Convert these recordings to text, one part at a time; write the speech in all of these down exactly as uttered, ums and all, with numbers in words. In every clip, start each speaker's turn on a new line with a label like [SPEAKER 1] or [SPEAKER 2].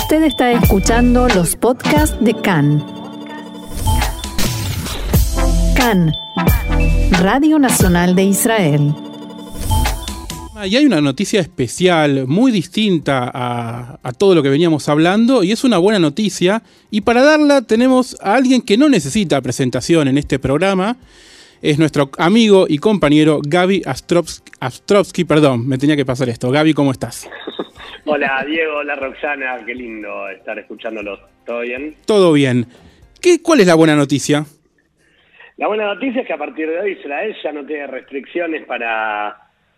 [SPEAKER 1] Usted está escuchando los podcasts de C A N. C A N, Radio Nacional de Israel.
[SPEAKER 2] Y hay una noticia especial, muy distinta a, a todo lo que veníamos hablando, y es una buena noticia. Y para darla tenemos a alguien que no necesita presentación en este programa. Es nuestro amigo y compañero Gaby Astrovsky, Astrovsky, perdón, me tenía que pasar esto. Gaby, ¿cómo estás?
[SPEAKER 3] Hola Diego, hola Roxana, qué lindo estar escuchándolos. ¿Todo bien?
[SPEAKER 2] Todo bien. ¿Qué, ¿Cuál es la buena noticia?
[SPEAKER 3] La buena noticia es que a partir de hoy Israel ya no tiene restricciones para,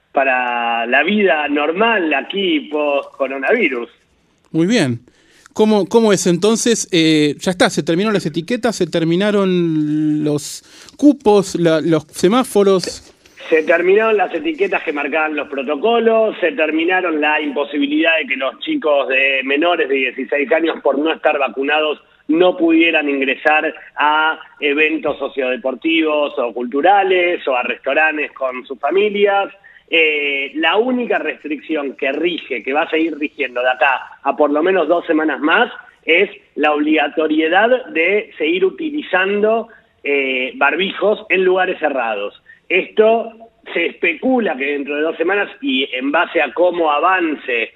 [SPEAKER 3] para la vida normal aquí post-coronavirus.
[SPEAKER 2] Muy bien. ¿Cómo, cómo es entonces? Eh, ya está, se terminaron las etiquetas, se terminaron los cupos, la, los semáforos.
[SPEAKER 3] Se, se terminaron las etiquetas que marcaban los protocolos, se terminaron la imposibilidad de que los chicos de menores de dieciséis años por no estar vacunados no pudieran ingresar a eventos sociodeportivos o culturales o a restaurantes con sus familias. Eh, la única restricción que rige, que va a seguir rigiendo de acá a por lo menos dos semanas más, es la obligatoriedad de seguir utilizando eh, barbijos en lugares cerrados. Esto se especula que dentro de dos semanas, y en base a cómo avance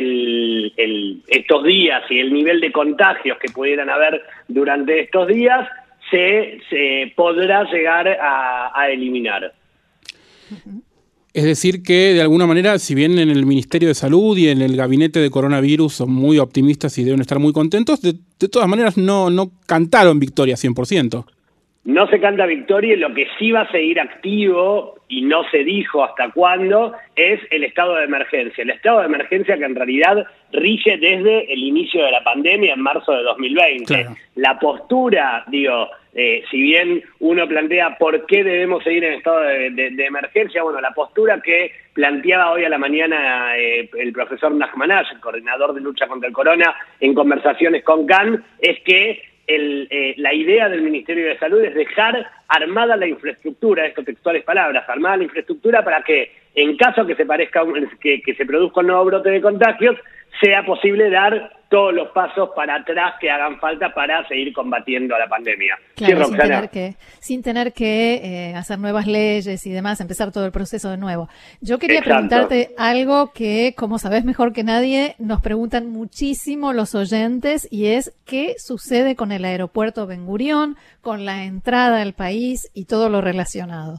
[SPEAKER 3] el, el, estos días y el nivel de contagios que pudieran haber durante estos días, se, se podrá llegar a, a eliminar.
[SPEAKER 2] Uh-huh. Es decir que, de alguna manera, si bien en el Ministerio de Salud y en el Gabinete de Coronavirus son muy optimistas y deben estar muy contentos, de, de todas maneras no, no cantaron victoria cien por ciento.
[SPEAKER 3] No se canta victoria, y lo que sí va a seguir activo, y no se dijo hasta cuándo, es el estado de emergencia. El estado de emergencia que en realidad rige desde el inicio de la pandemia en marzo de dos mil veinte. Claro. La postura, digo, eh, si bien uno plantea por qué debemos seguir en estado de, de, de emergencia, bueno, la postura que planteaba hoy a la mañana eh, el profesor Nachman Ash, el coordinador de lucha contra el corona, en conversaciones con C A N, es que El, eh, la idea del Ministerio de Salud es dejar armada la infraestructura, estas textuales palabras, armada la infraestructura para que en caso que se parezca que, que se produzca un nuevo brote de contagios, sea posible dar todos los pasos para atrás que hagan falta para seguir combatiendo a la pandemia.
[SPEAKER 4] Claro, sí, sin tener que, sin tener que eh, hacer nuevas leyes y demás, empezar todo el proceso de nuevo. Yo quería Exacto. preguntarte algo que, como sabés mejor que nadie, nos preguntan muchísimo los oyentes, y es ¿qué sucede con el aeropuerto Ben Gurión, con la entrada al país y todo lo relacionado?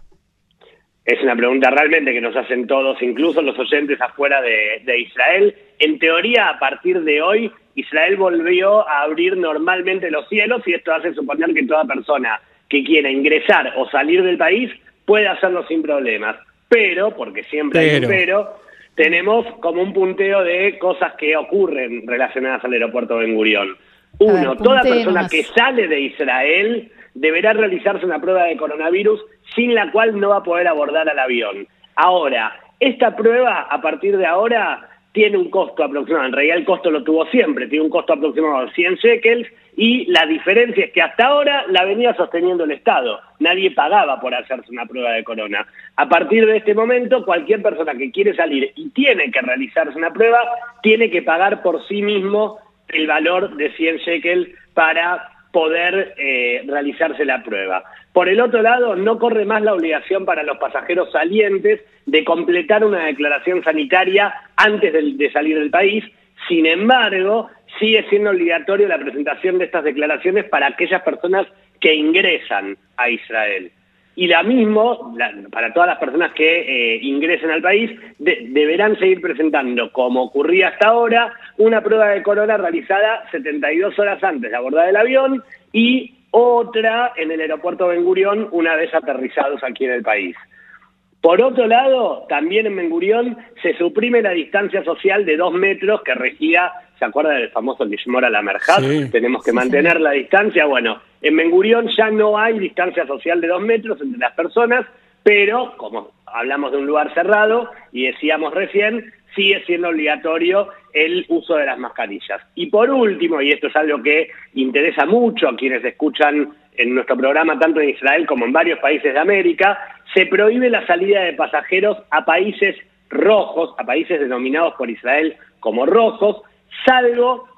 [SPEAKER 3] Es una pregunta realmente que nos hacen todos, incluso los oyentes afuera de, de Israel. En teoría, a partir de hoy, Israel volvió a abrir normalmente los cielos, y esto hace suponer que toda persona que quiera ingresar o salir del país puede hacerlo sin problemas. Pero, porque siempre pero. hay un pero, tenemos como un punteo de cosas que ocurren relacionadas al aeropuerto Ben Gurión. Uno, ver, toda persona más. que sale de Israel deberá realizarse una prueba de coronavirus, sin la cual no va a poder abordar al avión. Ahora, esta prueba, a partir de ahora, tiene un costo aproximado. En realidad el costo lo tuvo siempre, tiene un costo aproximado de cien shekels, y la diferencia es que hasta ahora la venía sosteniendo el Estado. Nadie pagaba por hacerse una prueba de corona. A partir de este momento, cualquier persona que quiere salir y tiene que realizarse una prueba, tiene que pagar por sí mismo el valor de cien shekels para poder eh, realizarse la prueba. Por el otro lado, no corre más la obligación para los pasajeros salientes de completar una declaración sanitaria antes de, de salir del país. Sin embargo, sigue siendo obligatorio la presentación de estas declaraciones para aquellas personas que ingresan a Israel. Y la mismo, la, para todas las personas que eh, ingresen al país, de, deberán seguir presentando, como ocurría hasta ahora, una prueba de corona realizada setenta y dos horas antes de abordar el avión, y otra en el aeropuerto Ben Gurión una vez aterrizados aquí en el país. Por otro lado, también en Ben Gurión se suprime la distancia social de dos metros que regía, ¿se acuerda del famoso Lishmor al Amerjat? Sí. Tenemos que sí, mantener sí. la distancia. Bueno, en Ben Gurión ya no hay distancia social de dos metros entre las personas, pero como hablamos de un lugar cerrado y decíamos recién, sigue siendo obligatorio el uso de las mascarillas. Y por último, y esto es algo que interesa mucho a quienes escuchan en nuestro programa tanto en Israel como en varios países de América, se prohíbe la salida de pasajeros a países rojos, a países denominados por Israel como rojos, salvo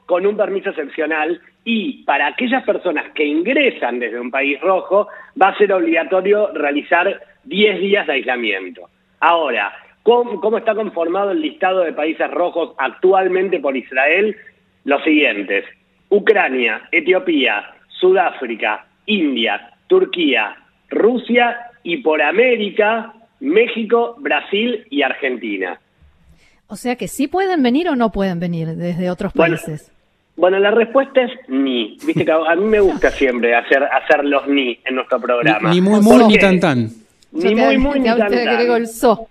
[SPEAKER 3] con un permiso excepcional, y para aquellas personas que ingresan desde un país rojo va a ser obligatorio realizar diez días de aislamiento. Ahora, ¿cómo, cómo está conformado el listado de países rojos actualmente por Israel? Los siguientes: Ucrania, Etiopía, Sudáfrica, India, Turquía, Rusia y por América, México, Brasil y Argentina.
[SPEAKER 4] O sea que sí pueden venir o no pueden venir desde otros países.
[SPEAKER 3] Bueno, bueno, la respuesta es ni. Viste que a mí me gusta siempre hacer, hacer los ni en nuestro programa.
[SPEAKER 2] Ni, ni muy muy ni tan tan.
[SPEAKER 3] Ni muy muy ni tan tan.
[SPEAKER 4] Te agrego el so.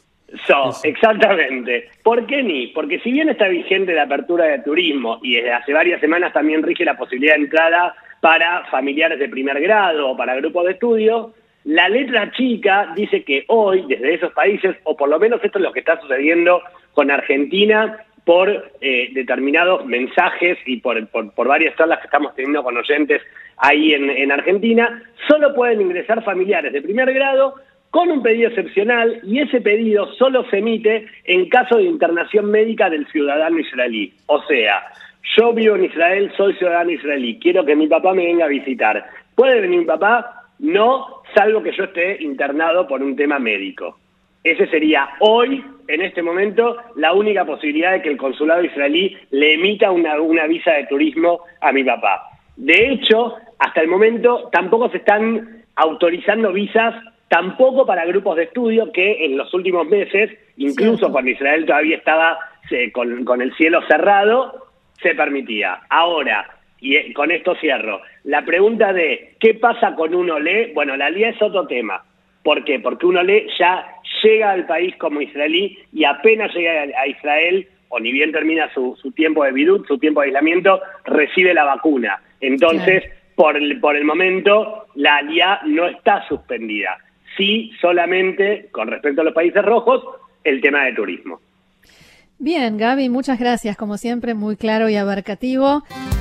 [SPEAKER 3] So, exactamente. ¿Por qué ni? Porque si bien está vigente la apertura de turismo y desde hace varias semanas también rige la posibilidad de entrada para familiares de primer grado o para grupos de estudio, la letra chica dice que hoy, desde esos países, o por lo menos esto es lo que está sucediendo con Argentina, por eh, determinados mensajes y por, por, por varias charlas que estamos teniendo con oyentes ahí en, en Argentina, solo pueden ingresar familiares de primer grado con un pedido excepcional, y ese pedido solo se emite en caso de internación médica del ciudadano israelí. O sea, yo vivo en Israel, soy ciudadano israelí, quiero que mi papá me venga a visitar. ¿Puede venir mi papá? No, salvo que yo esté internado por un tema médico. Ese sería hoy, en este momento, la única posibilidad de que el consulado israelí le emita una, una visa de turismo a mi papá. De hecho, hasta el momento tampoco se están autorizando visas, tampoco para grupos de estudio, que en los últimos meses, incluso Cierto. cuando Israel todavía estaba se, con, con el cielo cerrado, se permitía. Ahora, y con esto cierro, la pregunta de ¿qué pasa con un olé? Bueno, la lía es otro tema. ¿Por qué? Porque un olé ya llega al país como israelí y apenas llega a Israel, o ni bien termina su, su tiempo de bidut, su tiempo de aislamiento, recibe la vacuna. Entonces, claro. por, el, por el momento, la aliyá no está suspendida. Sí, solamente, con respecto a los países rojos, el tema de turismo.
[SPEAKER 4] Bien, Gaby, muchas gracias. Como siempre, muy claro y abarcativo.